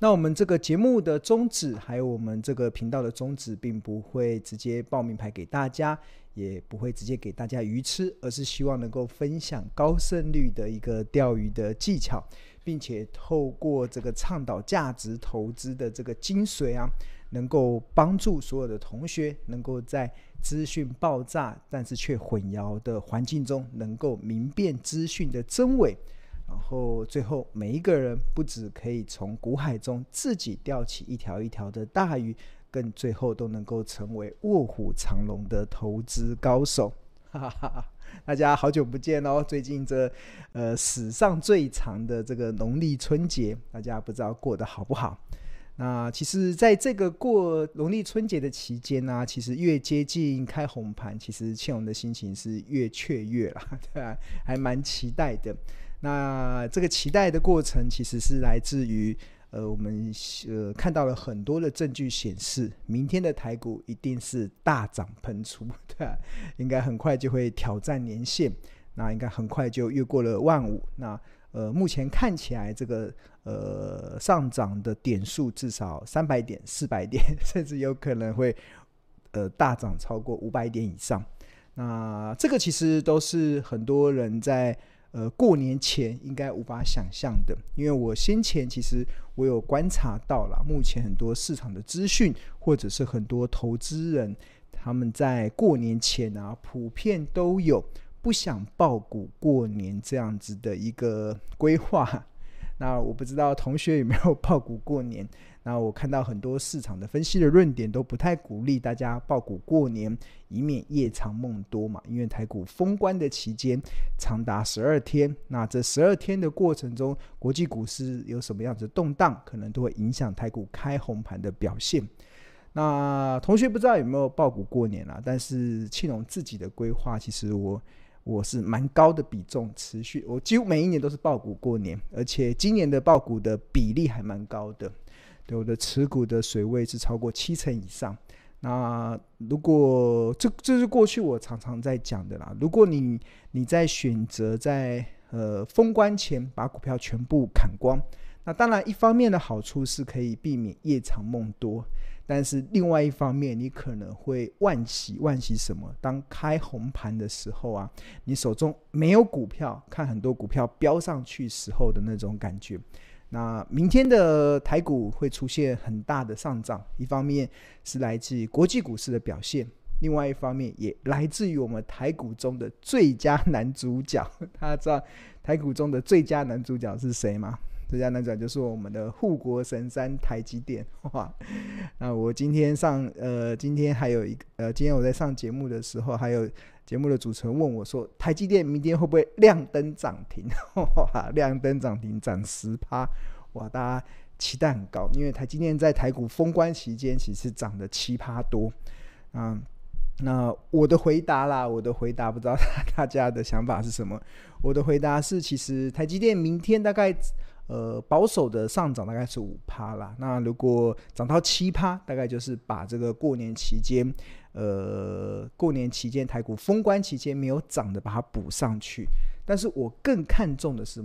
那我们这个节目的宗旨还有我们这个频道的宗旨并不会直接报名牌给大家，也不会直接给大家鱼吃，而是希望能够分享高胜率的一个钓鱼的技巧，并且透过这个倡导价值投资的这个精髓啊，能够帮助所有的同学能够在资讯爆炸但是却混淆的环境中能够明辨资讯的真伪，然后最后每一个人不只可以从股海中自己钓起一条一条的大鱼，更最后都能够成为卧虎藏龙的投资高手。哈哈哈，大家好久不见哦！最近史上最长的这个农历春节，大家不知道过得好不好？那其实在这个过农历春节的期间呢，其实越接近开红盘，其实庆荣的心情是越雀跃啦，对吧？还蛮期待的。那这个期待的过程其实是来自于我们看到了很多的证据显示，明天的台股一定是大涨喷出，对吧？应该很快就会挑战年线，那应该很快就越过了15000。那目前看起来这个上涨的点数至少300点、400点，甚至有可能会大涨超过500点以上。那这个其实都是很多人在过年前应该无法想象的，因为我先前其实我有观察到啦，目前很多市场的资讯或者是很多投资人，他们在过年前啊，普遍都有不想抱股过年这样子的一个规划。那我不知道同学有没有抱股过年，那我看到很多市场的分析的论点都不太鼓励大家抱股过年，以免夜长梦多嘛。因为台股封关的期间长达12天，那这12天的过程中，国际股市有什么样子的动荡，可能都会影响台股开红盘的表现。那同学不知道有没有抱股过年啊？但是庆荣自己的规划，其实我是蛮高的比重持续，我几乎每一年都是抱股过年，而且今年的抱股的比例还蛮高的，对，我的持股的水位是超过70%以上。那如果这是过去我常常在讲的啦，如果你在选择在封关前把股票全部砍光，那当然一方面的好处是可以避免夜长梦多，但是另外一方面你可能会惋惜什么？当开红盘的时候啊，你手中没有股票，看很多股票飙上去时候的那种感觉。那明天的台股会出现很大的上涨，一方面是来自于国际股市的表现，另外一方面也来自于我们台股中的最佳男主角。大家知道台股中的最佳男主角是谁吗？最佳男主角就是我们的护国神山台积电。哇，那我今天还有今天我在上节目的时候，还有节目的主持人问我说，台积电明天会不会亮灯涨停？哇，亮灯涨停涨10%，哇，大家期待很高，因为台积电在台股封关期间其实涨了7%多。那我的回答不知道大家的想法是什么。我的回答是，其实台积电明天大概保守的上涨大概是5%啦。那如果涨到7%，大概就是把这个过年期间台股封关期间没有涨的把它补上去。但是我更看重的是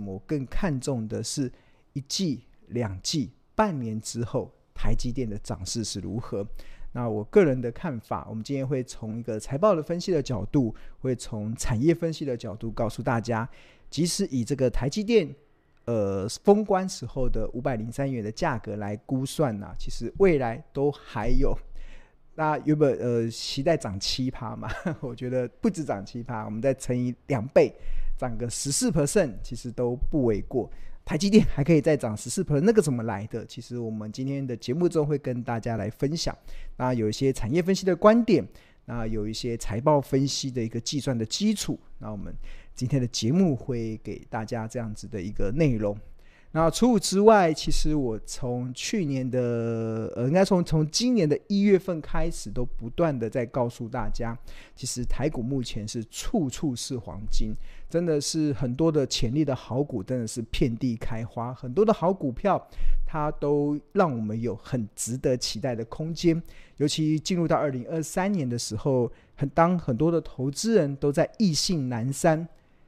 1季、2季、半年之后台积电的涨势是如何。那我个人的看法，我们今天会从一个财报的分析的角度，会从产业分析的角度告诉大家，即使以这个台积电封关时候的503元的价格来估算啊，其实未来都还有。那原本期待涨7%嘛，我觉得不止涨7%，我们再乘以2倍，涨个14%，其实都不为过。台积电还可以再涨14%，那个怎么来的？其实我们今天的节目中会跟大家来分享。那有一些产业分析的观点，那有一些财报分析的一个计算的基础。那我们今天的节目会给大家这样子的一个内容。那除此之外，其实我从去年的应该从今年的1月份开始，都不断的在告诉大家，其实台股目前是处处是黄金，真的是很多的潜力的好股真的是遍地开花，很多的好股票它都让我们有很值得期待的空间。尤其进入到2023年的时候，当很多的投资人都在意兴阑珊，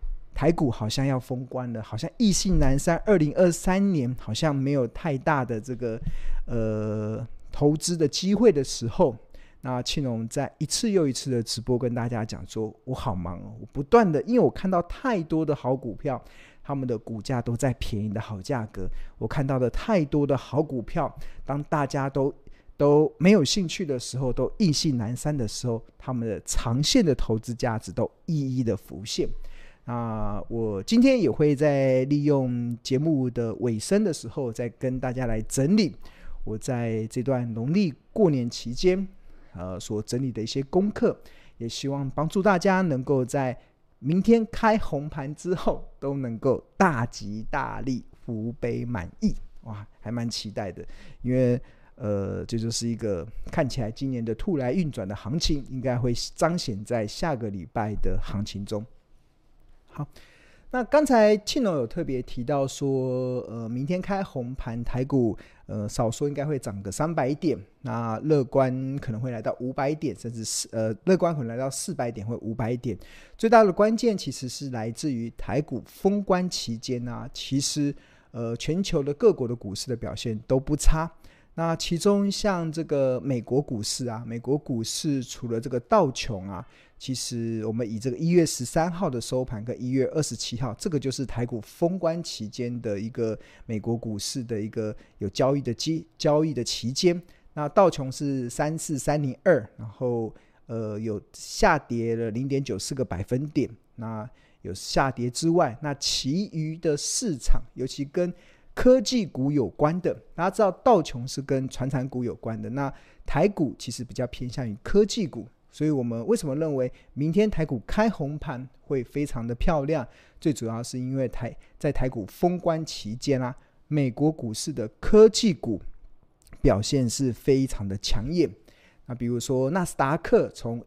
台股好像要封关了，好像意兴阑珊，2023年好像没有太大的这个投资的机会的时候，那庆荣在一次又一次的直播跟大家讲说，我好忙哦，我不断的，因为我看到太多的好股票，他们的股价都在便宜的好价格，我看到的太多的好股票，当大家都没有兴趣的时候，都意兴阑珊的时候，他们的长线的投资价值都一一的浮现。我今天也会在利用节目的尾声的时候，再跟大家来整理我在这段农历过年期间所整理的一些功课，也希望帮助大家能够在明天开红盘之后都能够大吉大利，福杯满溢。哇，还蛮期待的，因为这就是一个看起来今年的兔来运转的行情，应该会彰显在下个礼拜的行情中。好，那刚才庆荣有特别提到说明天开红盘，台股少说应该会涨个300点，那乐观可能会来到500点，甚至乐观可能来到400点或500点。最大的关键其实是来自于台股封关期间其实全球的各国的股市的表现都不差。那其中像这个美国股市美国股市除了这个道琼其实我们以这个1月13号的收盘跟1月27号，这个就是台股封关期间的一个美国股市的一个有交易的期间。那道琼是34302，然后有下跌了0.94个百分点。那有下跌之外，那其余的市场，尤其跟科技股有关的，大家知道道琼是跟传产股有关的，那台股其实比较偏向于科技股，所以我们为什么认为明天台股开红盘会非常的漂亮？最主要是因为在台股封关期间美国股市的科技股表现是非常的抢眼。那比如说纳斯达克从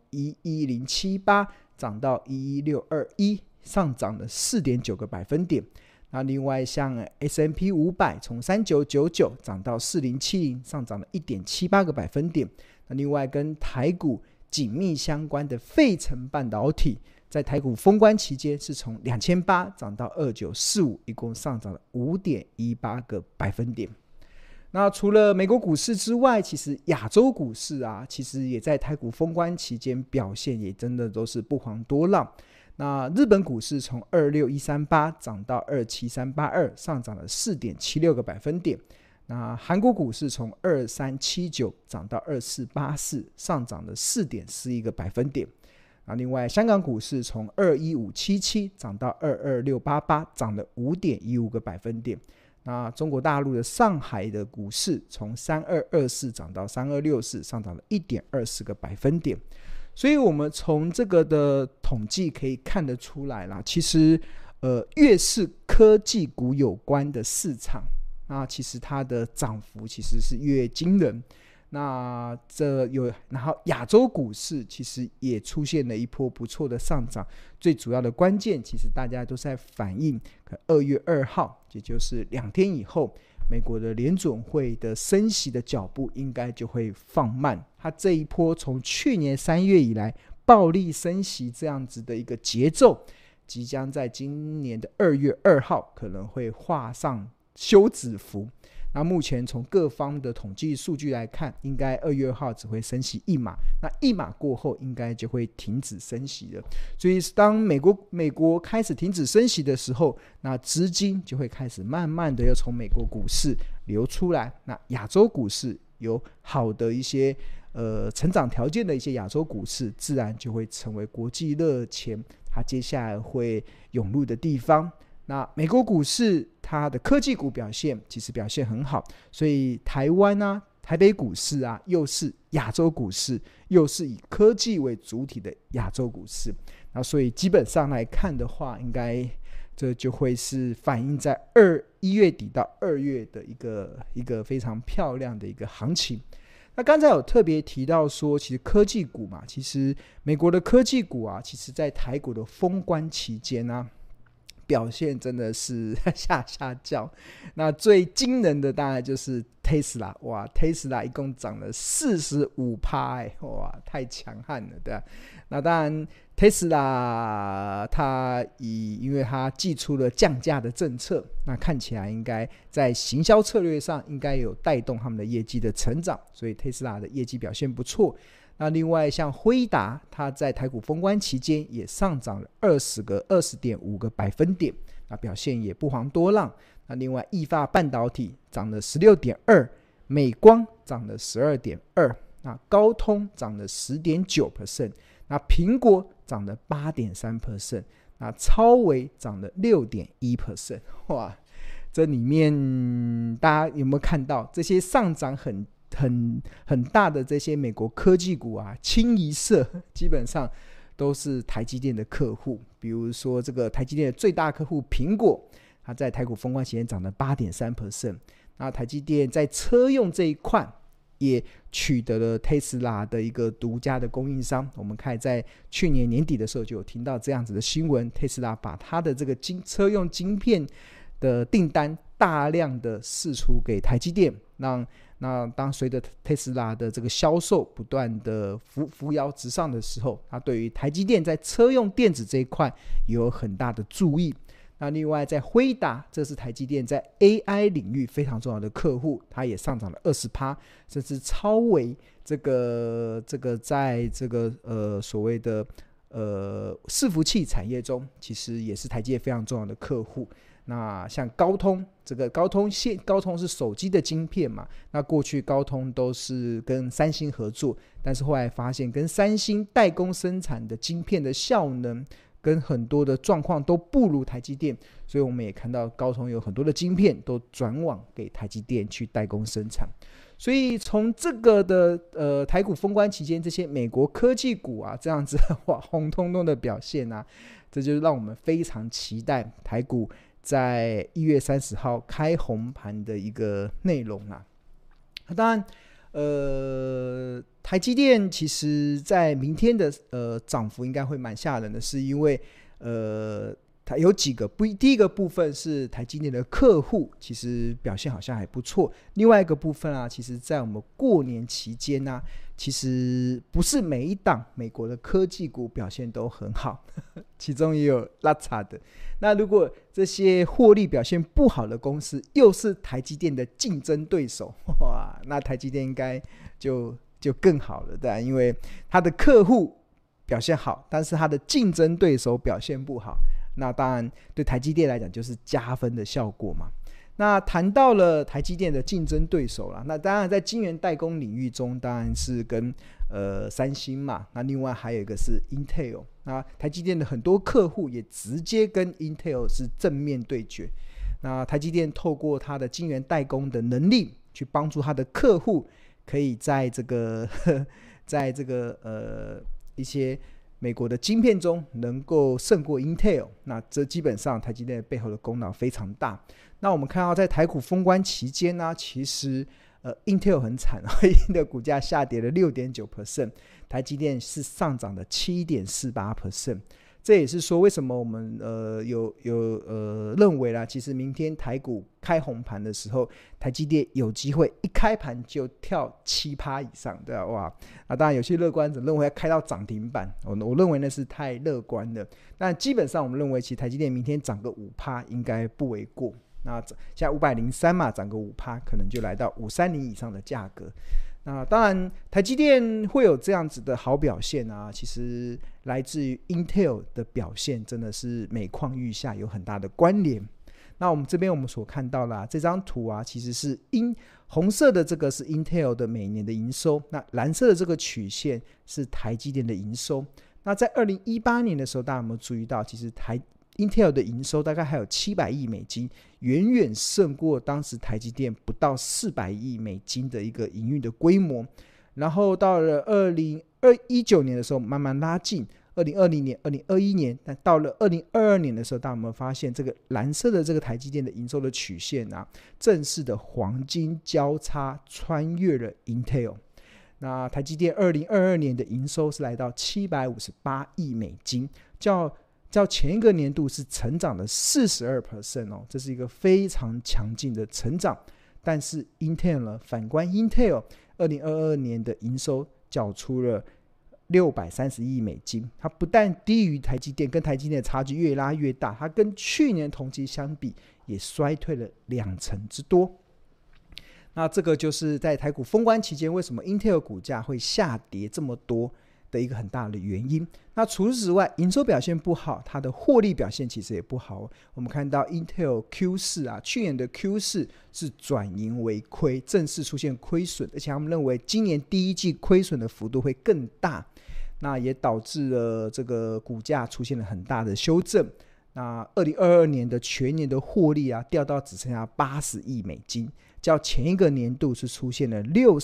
11078涨到11621，上涨了 4.9 个百分点。那另外像 S&P 500从3999涨到4070，上涨了 1.78 个百分点。那另外跟台股紧密相关的费城半导体，在台股封关期间是从2800涨到2945，一共上涨了 5.18 个百分点。那除了美国股市之外，其实亚洲股市其实也在台股封关期间表现也真的都是不遑多让。那日本股市从26138涨到27382，上涨了 4.76 个百分点。那韩国股市从2379涨到2484，上涨了 4.41 个百分点。那另外香港股市从21577涨到22688，涨了 5.15 个百分点。那中国大陆的上海的股市从3224涨到3264，上涨了 1.24 个百分点。所以我们从这个的统计可以看得出来啦，其实越是科技股有关的市场，那其实它的涨幅其实是越惊人。那然后亚洲股市其实也出现了一波不错的上涨，最主要的关键其实大家都在反映2月2号，也就是2天以后，美国的联准会的升息的脚步应该就会放慢。它这一波从去年3月以来暴力升息这样子的一个节奏，即将在今年的2月2号可能会画上休止符。那目前从各方的统计数据来看，应该2月2号只会升息1码，那1码过后应该就会停止升息了。所以当美国开始停止升息的时候，那资金就会开始慢慢的要从美国股市流出来。那亚洲股市有好的一些成长条件的一些亚洲股市，自然就会成为国际热钱它接下来会涌入的地方。那美国股市它的科技股其实表现很好，所以台湾台北股市又是亚洲股市，又是以科技为主体的亚洲股市。那所以基本上来看的话，应该这就会是反映在1月底到2月的一个非常漂亮的一个行情。那刚才有特别提到说，其实科技股其实美国的科技股其实在台股的封关期间表现真的是下叫。那最惊人的大概就是 Tesla， 哇 Tesla 一共涨了 45%， 哇太强悍了，对吧？那当然 Tesla 它因为它祭出了降价的政策，那看起来应该在行销策略上应该有带动他们的业绩的成长，所以 Tesla 的业绩表现不错。那另外像辉达，它在台股封关期间也上涨了20.5个百分点，那表现也不遑多让。那另外意法半导体涨了 16.2%， 美光涨了 12.2%， 那高通涨了 10.9%， 那苹果涨了 8.3%， 那超微涨了 6.1%。 哇，这里面大家有没有看到这些上涨很大的这些美国科技股啊，清一色基本上都是台积电的客户。比如说这个台积电的最大客户苹果，它在台股封关期间涨了 8.3%。 那台积电在车用这一块也取得了 Tesla 的一个独家的供应商。我们看在去年年底的时候就有听到这样子的新闻， Tesla 把它的这个车用晶片的订单大量的释出给台积电，那当随着 Tesla 的这个销售不断的扶摇直上的时候，它对于台积电在车用电子这一块也有很大的注意。那另外在辉达，这是台积电在 AI 领域非常重要的客户，它也上涨了 20%， 甚至超微这个在这个所谓的伺服器产业中，其实也是台积电非常重要的客户。那像高通，高通是手机的晶片嘛，那过去高通都是跟三星合作，但是后来发现跟三星代工生产的晶片的效能跟很多的状况都不如台积电，所以我们也看到高通有很多的晶片都转往给台积电去代工生产。所以从这个的台股封关期间，这些美国科技股啊这样子哇红彤彤的表现啊，这就让我们非常期待台股在1月30号开红盘的一个内容啊。当然台积电其实在明天的涨幅应该会蛮吓人的，是因为它有几个第一个部分是台积电的客户其实表现好像还不错，另外一个部分啊，其实在我们过年期间啊，其实不是每一档美国的科技股表现都很好，其中也有拉差的。那如果这些获利表现不好的公司又是台积电的竞争对手，哇，那台积电应该就更好了，对吧？因为他的客户表现好，但是他的竞争对手表现不好，那当然对台积电来讲就是加分的效果嘛。那谈到了台积电的竞争对手啦，那当然在晶圆代工领域中当然是跟三星嘛，那另外还有一个是 Intel， 那台积电的很多客户也直接跟 Intel 是正面对决。那台积电透过它的晶圆代工的能力去帮助它的客户可以在这个一些美国的晶片中能够胜过 Intel， 那这基本上台积电背后的功劳非常大。那我们看到在台股封关期间呢，其实Intel 很惨，Intel 的股价下跌了 6.9%， 台积电是上涨了 7.48%。这也是说为什么我们认为啦，其实明天台股开红盘的时候，台积电有机会一开盘就跳 7% 以上，对吧？哇，那当然有些乐观者认为要开到涨停板，我认为那是太乐观了。但基本上我们认为其实台积电明天涨个 5% 应该不为过。那现在503嘛，涨个 5% 可能就来到530以上的价格。那当然台积电会有这样子的好表现啊，其实来自于 Intel 的表现真的是每况愈下，有很大的关联。那我们这边我们所看到啦，这张图啊，其实是红色的这个是 Intel 的每年的营收，那蓝色的这个曲线是台积电的营收。那在2018年的时候，大家有没有注意到，其实Intel 的营收大概还有700亿美金，远远胜过当时台积电不到400亿美金的一个营运的规模。然后到了2019年的时候慢慢拉近，2020年、2021年，但到了2022年的时候，大家有没有发现这个蓝色的这个台积电的营收的曲线啊，正式的黄金交叉穿越了 Intel。那台积电2022年的营收是来到758亿美金，较前一个年度是成长了 42% 哦，这是一个非常强劲的成长。 但是 Intel 呢，反观 Intel 2022年的营收缴出了630亿美金，它不但低于台积电，跟台积电的差距越拉越大，它跟去年同期相比也衰退了20%之多。那这个就是在台股封关期间，为什么 Intel 股价会下跌这么多的一个很大的原因。那除此之外，营收表现不好，它的获利表现其实也不好。我们看到 Intel Q4 啊，去年的 Q4 是转盈为亏，正式出现亏损，而且他们认为今年第一季亏损的幅度会更大，那也导致了这个股价出现了很大的修正。那2022年的全年的获利啊，掉到只剩下80亿美金，较前一个年度是出现了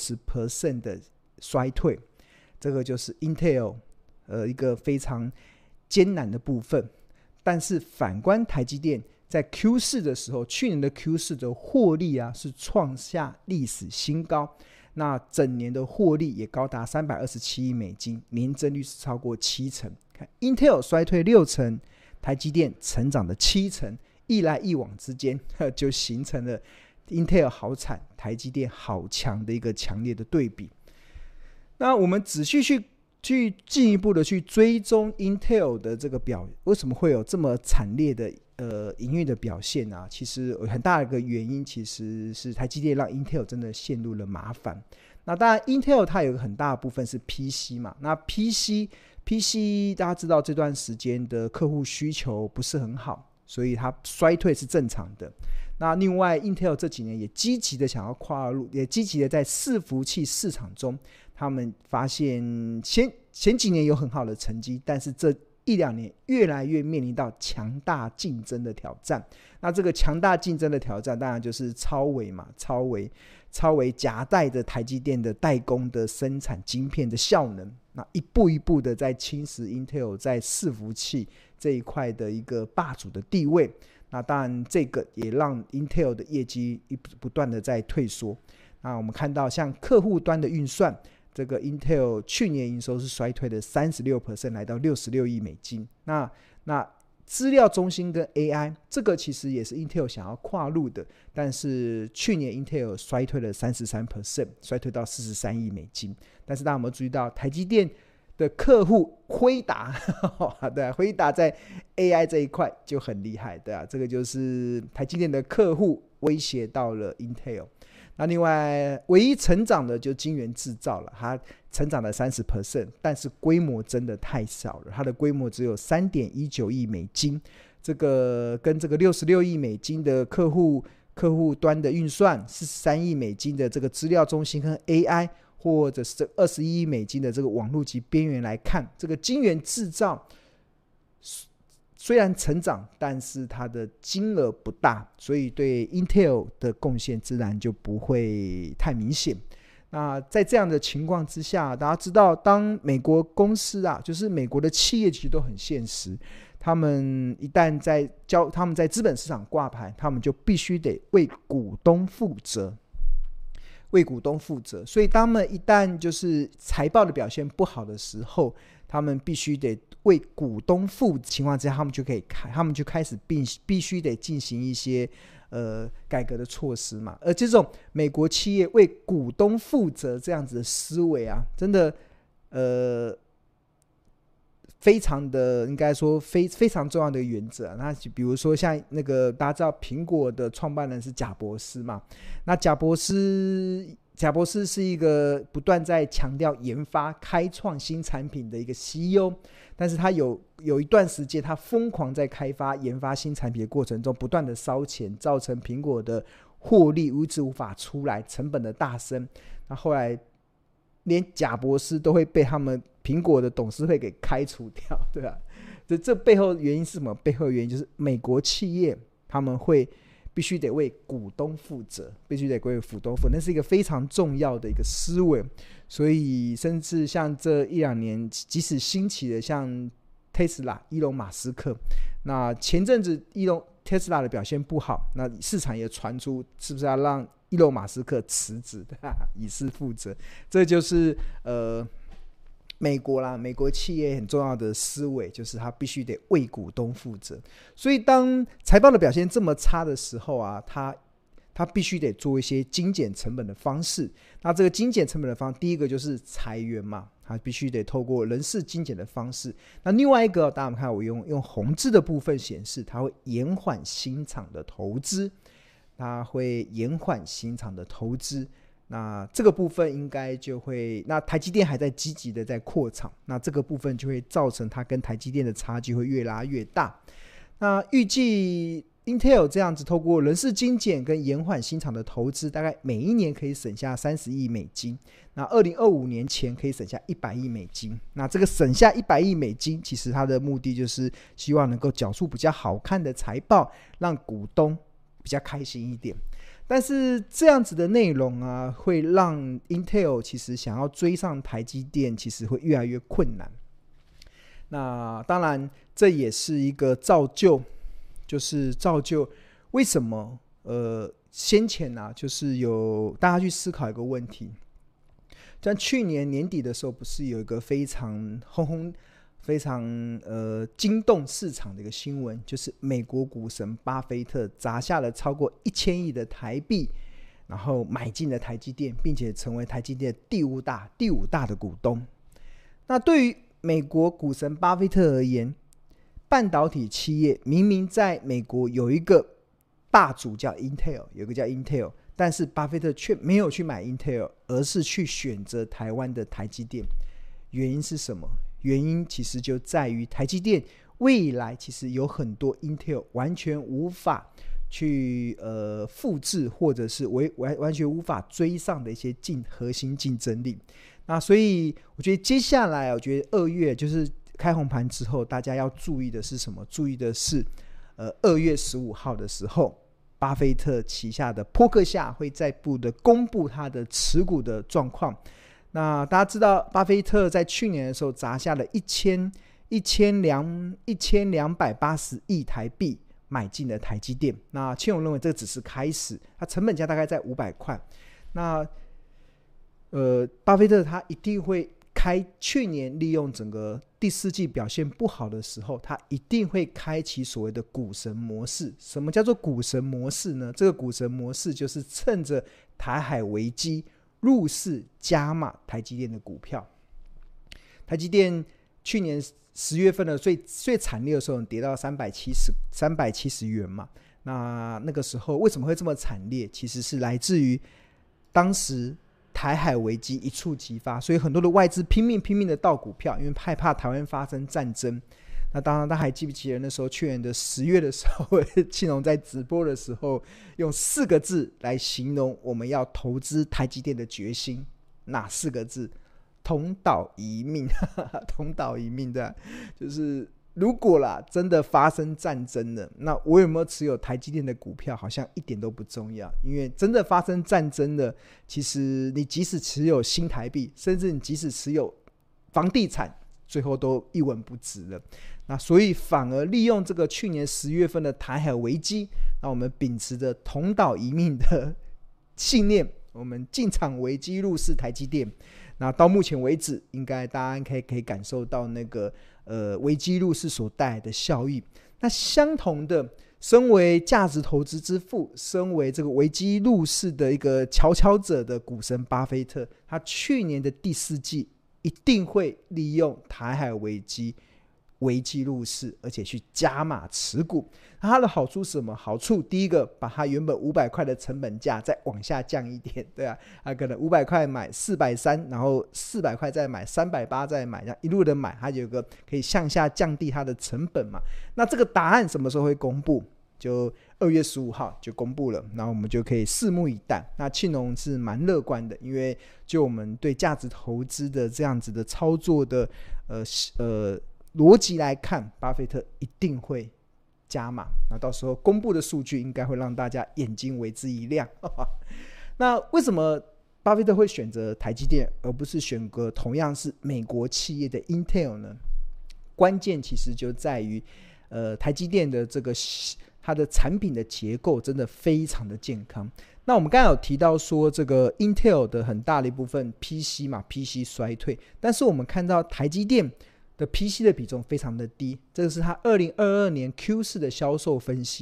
60% 的衰退。这个就是 Intel 一个非常艰难的部分。但是反观台积电，在 Q4 的时候，去年的 Q4 的获利啊是创下历史新高，那整年的获利也高达327亿美金，年增率是超过70%。看 Intel 衰退60%，台积电成长的70%，一来一往之间就形成了 Intel 好惨，台积电好强的一个强烈的对比。那我们仔细去进一步的去追踪 Intel 的这个为什么会有这么惨烈的营运的表现啊？其实很大的一个原因其实是台积电让 Intel 真的陷入了麻烦。那当然 Intel 它有一个很大的部分是 PC 嘛，那 PC 大家知道这段时间的客户需求不是很好，所以它衰退是正常的。那另外 Intel 这几年也积极的想要跨入，也积极的在伺服器市场中，他们发现前几年有很好的成绩，但是这1-2年越来越面临到强大竞争的挑战。那这个强大竞争的挑战当然就是超微嘛，超微夹带着台积电的代工的生产晶片的效能，那一步一步的在侵蚀 Intel 在伺服器这一块的一个霸主的地位。那当然这个也让 Intel 的业绩不断的在退缩。那我们看到像客户端的运算，这个 Intel 去年营收是衰退的 36%， 来到66亿美金。那资料中心跟 AI 这个其实也是 Intel 想要跨入的，但是去年 Intel 衰退了 33%， 衰退到43亿美金。但是大家有没有注意到台积电的客户辉达对啊，辉达在 AI 这一块就很厉害，对啊，这个就是台积电的客户威胁到了 Intel。那另外唯一成长的就晶圆制造了，它成长了 30%， 但是规模真的太少了，它的规模只有 3.19 亿美金，这个跟这个66亿美金的客户端的运算，43亿美金的这个资料中心跟 AI， 或者是21亿美金的这个网络及边缘来看，这个晶圆制造虽然成长，但是它的金额不大，所以对 Intel 的贡献自然就不会太明显。那在这样的情况之下，大家知道当美国公司啊，就是美国的企业其实都很现实，他们一旦他们在资本市场挂牌，他们就必须得为股东负责，所以他们一旦就是财报的表现不好的时候，他们必须得为股东负责情况之下，他们就开始必须得进行一些改革的措施嘛。而这种美国企业为股东负责这样子的思维啊，真的非常的应该说非常重要的原则啊。那比如说像那个大家知道苹果的创办人是贾伯斯嘛，那贾伯斯是一个不断在强调研发开创新产品的一个 CEO， 但是他有一段时间他疯狂在研发新产品的过程中不断的烧钱，造成苹果的获利一直无法出来，成本的大升。那后来连贾伯斯都会被他们苹果的董事会给开除掉，对吧？这背后原因是什么？背后原因就是美国企业他们必须得为股东负责，那是一个非常重要的一个思维。所以甚至像这1-2年即使兴起的像 Tesla 伊隆马斯克，那前阵子Tesla 的表现不好，那市场也传出是不是要让伊隆马斯克辞职以示负责。这就是美国企业很重要的思维，就是他必须得为股东负责。所以当财报的表现这么差的时候啊， 它必须得做一些精简成本的方式。那这个精简成本的方式，第一个就是裁员嘛，它必须得透过人事精简的方式。那另外一个，大家看我用红字的部分显示，它会延缓新厂的投资，它会延缓新厂的投资。那这个部分应该就会，那台积电还在积极的在扩厂，那这个部分就会造成它跟台积电的差距会越拉越大。那预计 Intel 这样子透过人事精简跟延缓新厂的投资，大概每一年可以省下30亿美金，那2025年前可以省下100亿美金。那这个省下100亿美金，其实它的目的就是希望能够缴出比较好看的财报，让股东比较开心一点。但是这样子的内容啊，会让 Intel 其实想要追上台积电，其实会越来越困难。那当然，这也是一个就是造就为什么先前啊，就是有大家去思考一个问题，像去年年底的时候，不是有一个非常惊动市场的一个新闻，就是美国股神巴菲特砸下了超过1000亿的台币，然后买进了台积电，并且成为台积电第五大的股东。那对于美国股神巴菲特而言，半导体企业明明在美国有一个霸主叫 Intel， 有一个叫 Intel， 但是巴菲特却没有去买 Intel， 而是去选择台湾的台积电。原因是什么？原因其实就在于台积电未来其实有很多 Intel 完全无法去复制，或者是完全无法追上的一些核心竞争力。那所以我觉得接下来，我觉得2月就是开红盘之后，大家要注意的是什么？注意的是2月15号的时候，巴菲特旗下的波克夏会再度的公布他的持股的状况。那大家知道，巴菲特在去年的时候砸下了1280亿台币买进了台积电。那庆荣认为这只是开始，它成本价大概在500块。那巴菲特他一定会去年利用整个第4季表现不好的时候，他一定会开启所谓的股神模式。什么叫做股神模式呢？这个股神模式就是趁着台海危机入市加码台积电的股票。台积电去年10月份的最惨烈的时候跌到370元嘛。那个时候为什么会这么惨烈？其实是来自于当时台海危机一触即发，所以很多的外资拼命的倒股票，因为害怕台湾发生战争。那当然，大家还记不记得那时候去年的10月的时候，庆荣在直播的时候用4个字来形容我们要投资台积电的决心，哪4个字？同岛一命。同岛一命，对，就是如果啦真的发生战争了，那我有没有持有台积电的股票好像一点都不重要，因为真的发生战争了，其实你即使持有新台币，甚至你即使持有房地产，最后都一文不值了。那所以反而利用这个去年10月份的台海危机，那我们秉持着同岛一命的信念，我们进场危机入市台积电。那到目前为止，应该大家可以感受到那个危机入市所带来的效益。那相同的，身为价值投资之父，身为这个危机入市的一个佼佼者的股神巴菲特，他去年的第4季一定会利用台海危机入市，而且去加码持股。那它的好处是什么？好处第一个，把它原本500块的成本价再往下降一点，对啊，它可能500块买430，然后400块再买380再买，这样一路的买，它有个可以向下降低它的成本嘛。那这个答案什么时候会公布？就2月15号就公布了，然后我们就可以拭目以待。那庆荣是蛮乐观的，因为就我们对价值投资的这样子的操作的逻辑来看，巴菲特一定会加码。那到时候公布的数据应该会让大家眼睛为之一亮。那为什么巴菲特会选择台积电，而不是选择同样是美国企业的 Intel 呢？关键其实就在于台积电的这个它的产品的结构真的非常的健康。那我们刚才有提到说，这个 Intel 的很大的一部分 PC 嘛 ，PC 衰退，但是我们看到台积电的 PC 的比重非常的低，这个是它2022年 Q4 的销售分析。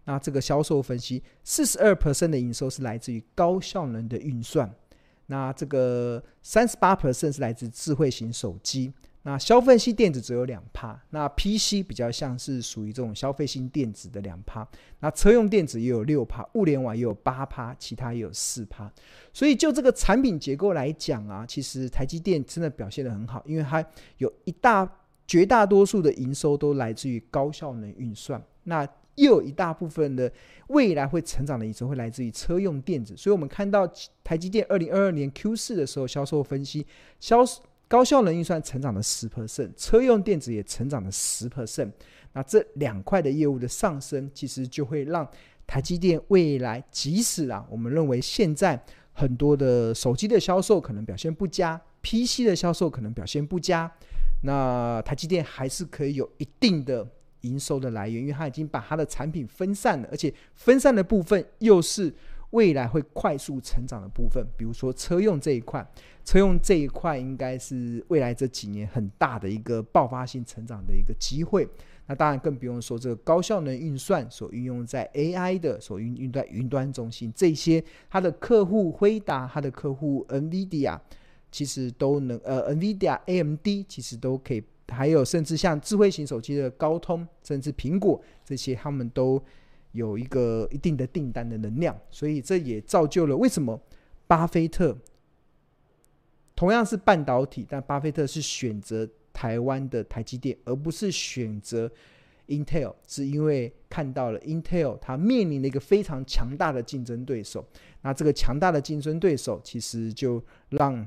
那这个销售分析 42% 的营收是来自于高效能的运算，那这个 38% 是来自智慧型手机，那消费性电子只有 2%， 那 PC 比较像是属于这种消费性电子的 2%， 那车用电子也有 6%， 物联网也有 8%， 其他也有 4%。 所以就这个产品结构来讲啊，其实台积电真的表现得很好，因为它有绝大多数的营收都来自于高效能运算，那又有一大部分的未来会成长的营收会来自于车用电子。所以我们看到台积电2022年 Q4 的时候销售分析，高效能运算成长了 10%， 车用电子也成长了 10%， 那这2块的业务的上升，其实就会让台积电未来即使我们认为现在很多的手机的销售可能表现不佳， PC 的销售可能表现不佳，那台积电还是可以有一定的营收的来源，因为它已经把它的产品分散了，而且分散的部分又是未来会快速成长的部分。比如说车用这一块应该是未来这几年很大的一个爆发性成长的一个机会。那当然更不用说这个高效能运算所运用在 AI 的，所运用在云端中心，这些它的客户辉达，它的客户 NVIDIA 其实都能NVIDIA AMD 其实都可以，还有甚至像智慧型手机的高通，甚至苹果，这些他们都有一个一定的订单的能量。所以这也造就了为什么巴菲特同样是半导体，但巴菲特是选择台湾的台积电而不是选择 Intel， 是因为看到了 Intel 它面临了一个非常强大的竞争对手，那这个强大的竞争对手其实就让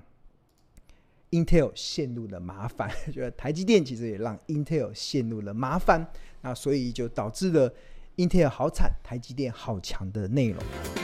Intel 陷入了麻烦，台积电其实也让 Intel 陷入了麻烦，那所以就导致了 Intel 好惨，台积电好强的内容。